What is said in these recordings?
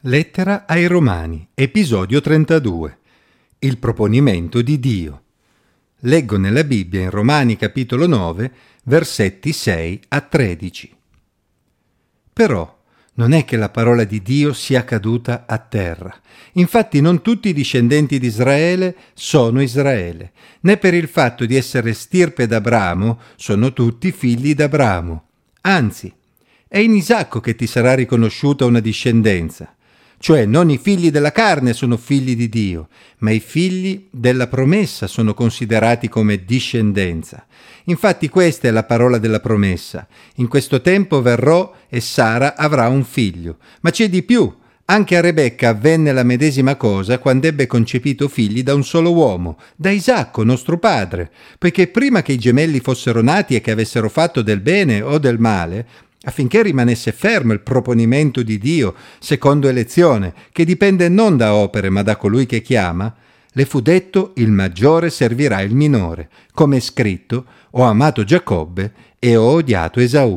Lettera ai Romani, episodio 32. Il proponimento di Dio. Leggo nella Bibbia in Romani capitolo 9, versetti 6 a 13. Però non è che la parola di Dio sia caduta a terra. Infatti non tutti i discendenti di Israele sono Israele, né per il fatto di essere stirpe d'Abramo sono tutti figli d'Abramo. Anzi, è in Isacco che ti sarà riconosciuta una discendenza. Cioè non i figli della carne sono figli di Dio, ma i figli della promessa sono considerati come discendenza. Infatti questa è la parola della promessa. In questo tempo verrò e Sara avrà un figlio. Ma c'è di più. Anche a Rebecca avvenne la medesima cosa quando ebbe concepito figli da un solo uomo, da Isacco, nostro padre, poiché prima che i gemelli fossero nati e che avessero fatto del bene o del male, affinché rimanesse fermo il proponimento di Dio secondo elezione, che dipende non da opere ma da colui che chiama, le fu detto: il maggiore servirà il minore, come è scritto: ho amato Giacobbe e ho odiato Esaù.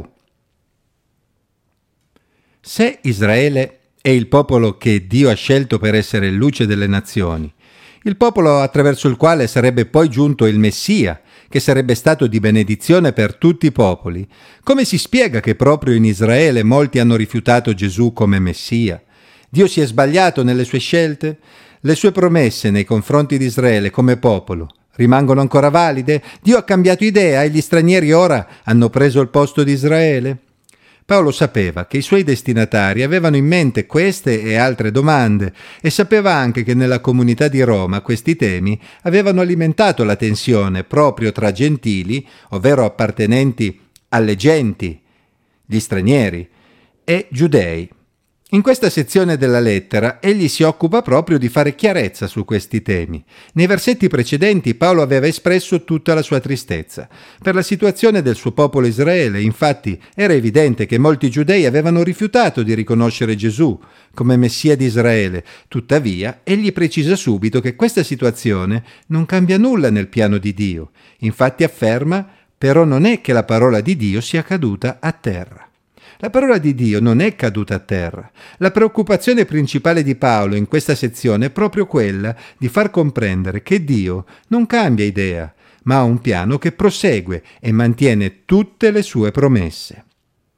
Se Israele è il popolo che Dio ha scelto per essere luce delle nazioni, il popolo attraverso il quale sarebbe poi giunto il Messia, che sarebbe stato di benedizione per tutti i popoli, come si spiega che proprio in Israele molti hanno rifiutato Gesù come Messia? Dio si è sbagliato nelle sue scelte? Le sue promesse nei confronti di Israele come popolo rimangono ancora valide? Dio ha cambiato idea e gli stranieri ora hanno preso il posto di Israele? Paolo sapeva che i suoi destinatari avevano in mente queste e altre domande e sapeva anche che nella comunità di Roma questi temi avevano alimentato la tensione proprio tra gentili, ovvero appartenenti alle genti, gli stranieri, e giudei. In questa sezione della lettera egli si occupa proprio di fare chiarezza su questi temi. Nei versetti precedenti Paolo aveva espresso tutta la sua tristezza per la situazione del suo popolo Israele. Infatti era evidente che molti giudei avevano rifiutato di riconoscere Gesù come Messia di Israele. Tuttavia egli precisa subito che questa situazione non cambia nulla nel piano di Dio. Infatti afferma: però non è che la parola di Dio sia caduta a terra. La parola di Dio non è caduta a terra. La preoccupazione principale di Paolo in questa sezione è proprio quella di far comprendere che Dio non cambia idea, ma ha un piano che prosegue e mantiene tutte le sue promesse.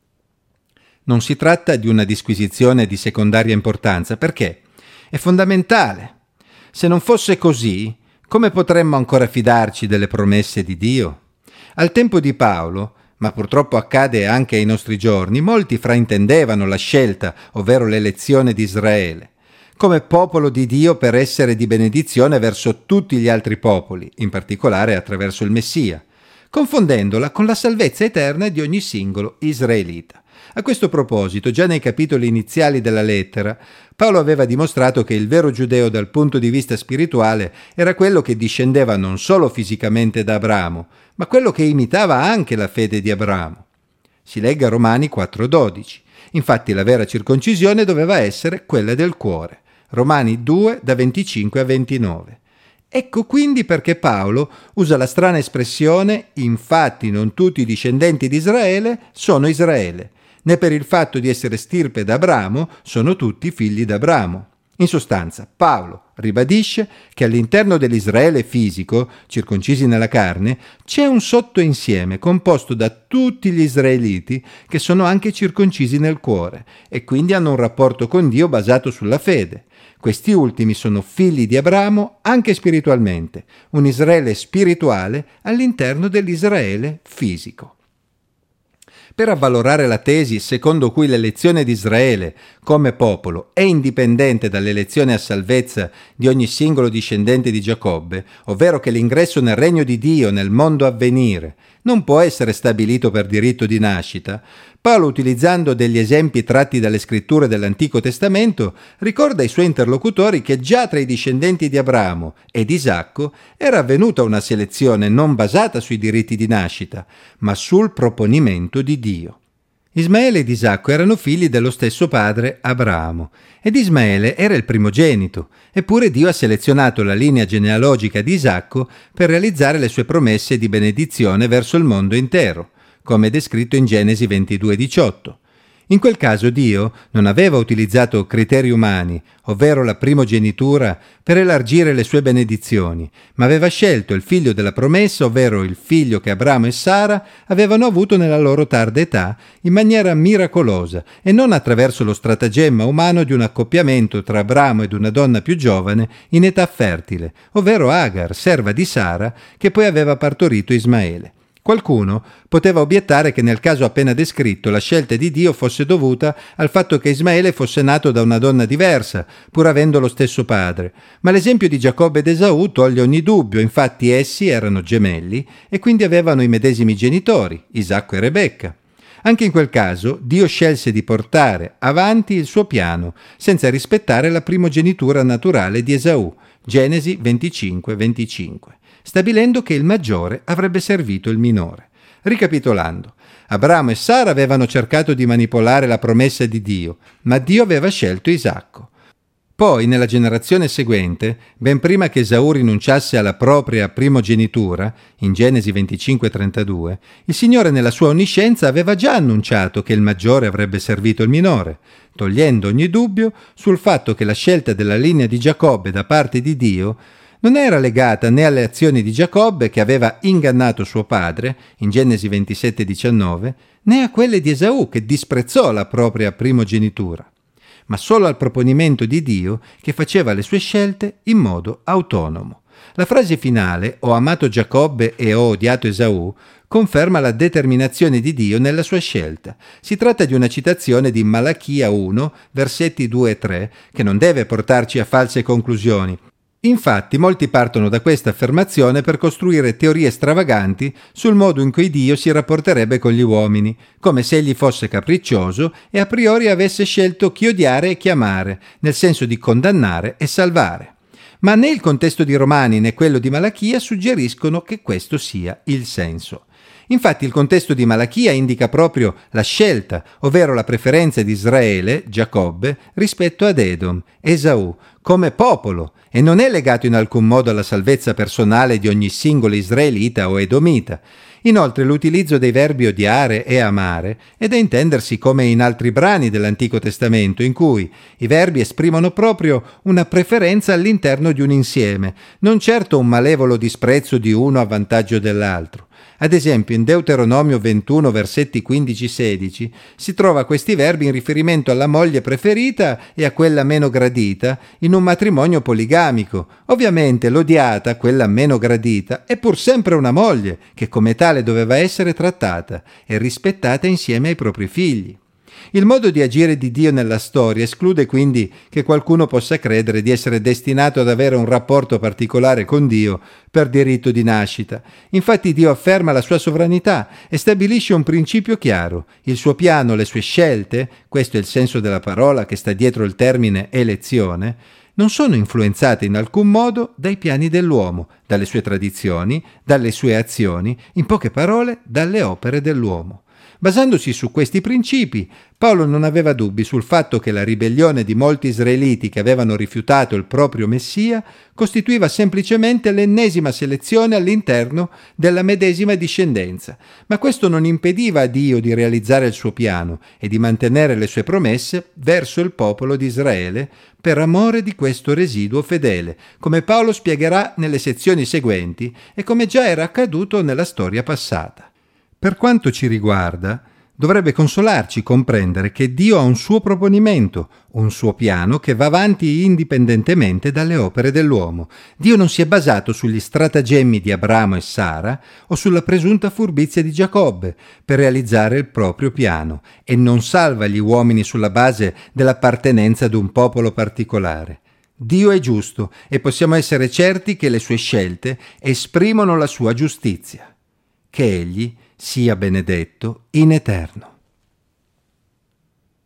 Non si tratta di una disquisizione di secondaria importanza, perché è fondamentale. Se non fosse così, come potremmo ancora fidarci delle promesse di Dio? Al tempo di Paolo, ma purtroppo accade anche ai nostri giorni, molti fraintendevano la scelta, ovvero l'elezione di Israele, come popolo di Dio per essere di benedizione verso tutti gli altri popoli, in particolare attraverso il Messia, confondendola con la salvezza eterna di ogni singolo israelita. A questo proposito, già nei capitoli iniziali della lettera, Paolo aveva dimostrato che il vero giudeo dal punto di vista spirituale era quello che discendeva non solo fisicamente da Abramo, ma quello che imitava anche la fede di Abramo. Si legga Romani 4,12. Infatti la vera circoncisione doveva essere quella del cuore. Romani 2, da 25 a 29. Ecco quindi perché Paolo usa la strana espressione: infatti non tutti i discendenti di Israele sono Israele, né per il fatto di essere stirpe d'Abramo sono tutti figli d'Abramo. In sostanza, Paolo ribadisce che all'interno dell'Israele fisico, circoncisi nella carne, c'è un sottoinsieme composto da tutti gli israeliti che sono anche circoncisi nel cuore e quindi hanno un rapporto con Dio basato sulla fede. Questi ultimi sono figli di Abramo anche spiritualmente, un Israele spirituale all'interno dell'Israele fisico. Per avvalorare la tesi secondo cui l'elezione di Israele come popolo è indipendente dall'elezione a salvezza di ogni singolo discendente di Giacobbe, ovvero che l'ingresso nel regno di Dio nel mondo a venire non può essere stabilito per diritto di nascita, Paolo, utilizzando degli esempi tratti dalle scritture dell'Antico Testamento, ricorda ai suoi interlocutori che già tra i discendenti di Abramo e di Isacco era avvenuta una selezione non basata sui diritti di nascita, ma sul proponimento di Dio. Ismaele ed Isacco erano figli dello stesso padre Abramo, ed Ismaele era il primogenito, eppure Dio ha selezionato la linea genealogica di Isacco per realizzare le sue promesse di benedizione verso il mondo intero, come descritto in Genesi 22,18. In quel caso Dio non aveva utilizzato criteri umani, ovvero la primogenitura, per elargire le sue benedizioni, ma aveva scelto il figlio della promessa, ovvero il figlio che Abramo e Sara avevano avuto nella loro tarda età, in maniera miracolosa e non attraverso lo stratagemma umano di un accoppiamento tra Abramo ed una donna più giovane in età fertile, ovvero Agar, serva di Sara, che poi aveva partorito Ismaele. Qualcuno poteva obiettare che nel caso appena descritto la scelta di Dio fosse dovuta al fatto che Ismaele fosse nato da una donna diversa, pur avendo lo stesso padre, ma l'esempio di Giacobbe ed Esaù toglie ogni dubbio, infatti essi erano gemelli e quindi avevano i medesimi genitori, Isacco e Rebecca. Anche in quel caso Dio scelse di portare avanti il suo piano, senza rispettare la primogenitura naturale di Esaù, Genesi 25-25. Stabilendo che il maggiore avrebbe servito il minore. Ricapitolando, Abramo e Sara avevano cercato di manipolare la promessa di Dio, ma Dio aveva scelto Isacco. Poi, nella generazione seguente, ben prima che Esaù rinunciasse alla propria primogenitura, in Genesi 25-32, il Signore nella sua onniscienza aveva già annunciato che il maggiore avrebbe servito il minore, togliendo ogni dubbio sul fatto che la scelta della linea di Giacobbe da parte di Dio non era legata né alle azioni di Giacobbe, che aveva ingannato suo padre, in Genesi 27-19, né a quelle di Esaù, che disprezzò la propria primogenitura, ma solo al proponimento di Dio, che faceva le sue scelte in modo autonomo. La frase finale, ho amato Giacobbe e ho odiato Esaù, conferma la determinazione di Dio nella sua scelta. Si tratta di una citazione di Malachia 1, versetti 2 e 3, che non deve portarci a false conclusioni. Infatti, molti partono da questa affermazione per costruire teorie stravaganti sul modo in cui Dio si rapporterebbe con gli uomini, come se egli fosse capriccioso e a priori avesse scelto chi odiare e chi amare, nel senso di condannare e salvare. Ma né il contesto di Romani né quello di Malachia suggeriscono che questo sia il senso. Infatti il contesto di Malachia indica proprio la scelta, ovvero la preferenza di Israele, Giacobbe, rispetto ad Edom, Esaù, come popolo, e non è legato in alcun modo alla salvezza personale di ogni singolo israelita o edomita. Inoltre l'utilizzo dei verbi odiare e amare è da intendersi come in altri brani dell'Antico Testamento, in cui i verbi esprimono proprio una preferenza all'interno di un insieme, non certo un malevolo disprezzo di uno a vantaggio dell'altro. Ad esempio, in Deuteronomio 21, versetti 15-16, si trova questi verbi in riferimento alla moglie preferita e a quella meno gradita in un matrimonio poligamico. Ovviamente l'odiata, quella meno gradita, è pur sempre una moglie che come tale doveva essere trattata e rispettata insieme ai propri figli. Il modo di agire di Dio nella storia esclude quindi che qualcuno possa credere di essere destinato ad avere un rapporto particolare con Dio per diritto di nascita. Infatti Dio afferma la sua sovranità e stabilisce un principio chiaro. Il suo piano, le sue scelte, questo è il senso della parola che sta dietro il termine elezione, non sono influenzate in alcun modo dai piani dell'uomo, dalle sue tradizioni, dalle sue azioni, in poche parole, dalle opere dell'uomo. Basandosi su questi principi, Paolo non aveva dubbi sul fatto che la ribellione di molti israeliti che avevano rifiutato il proprio Messia costituiva semplicemente l'ennesima selezione all'interno della medesima discendenza, ma questo non impediva a Dio di realizzare il suo piano e di mantenere le sue promesse verso il popolo di Israele per amore di questo residuo fedele, come Paolo spiegherà nelle sezioni seguenti e come già era accaduto nella storia passata. Per quanto ci riguarda, dovrebbe consolarci comprendere che Dio ha un suo proponimento, un suo piano che va avanti indipendentemente dalle opere dell'uomo. Dio non si è basato sugli stratagemmi di Abramo e Sara o sulla presunta furbizia di Giacobbe per realizzare il proprio piano e non salva gli uomini sulla base dell'appartenenza ad un popolo particolare. Dio è giusto e possiamo essere certi che le sue scelte esprimono la sua giustizia. Che Egli sia benedetto in eterno.